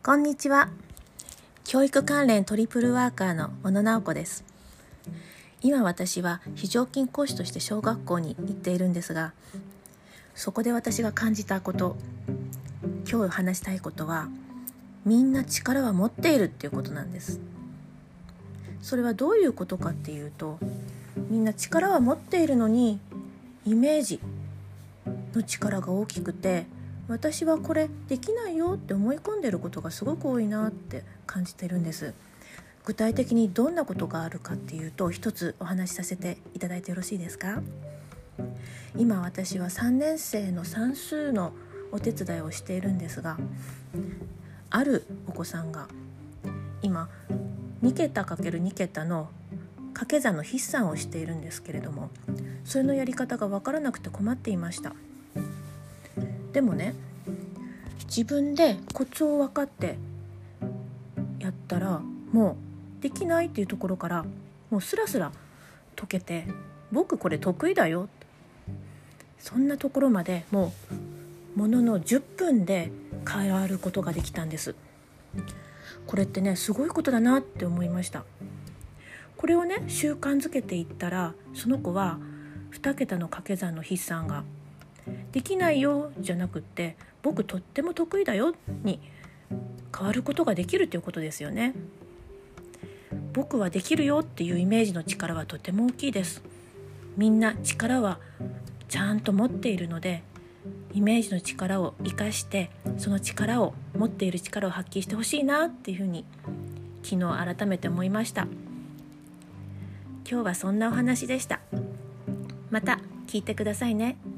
こんにちは。教育関連トリプルワーカーの小野直子です。今私は非常勤講師として小学校に行っているんですが、そこで私が感じたこと、今日話したいことは、みんな力は持っているっていうことなんです。それはどういうことかっていうと、みんな力は持っているのにイメージの力が大きくて、私はこれできないよって思い込んでいることがすごく多いなって感じてるんです。具体的にどんなことがあるかっていうと、一つお話しさせていただいてよろしいですか。今私は3年生の算数のお手伝いをしているんですが、あるお子さんが今2桁 ×2 桁の掛け算の筆算をしているんですけれども、それのやり方が分からなくて困っていました。でもね、自分でコツを分かってやったら、もうできないっていうところからもうスラスラ解けて、僕これ得意だよ、そんなところまでもうものの10分で変わることができたんです。これってね、すごいことだなって思いました。これをね、習慣づけていったら、その子は2桁の掛け算の筆算ができないよじゃなくって、僕とっても得意だよに変わることができるということですよね。僕はできるよっていうイメージの力はとても大きいです。みんな力はちゃんと持っているので、イメージの力を生かして、その力を持っている力を発揮してほしいなっていうふうに昨日改めて思いました。今日はそんなお話でした。また聞いてくださいね。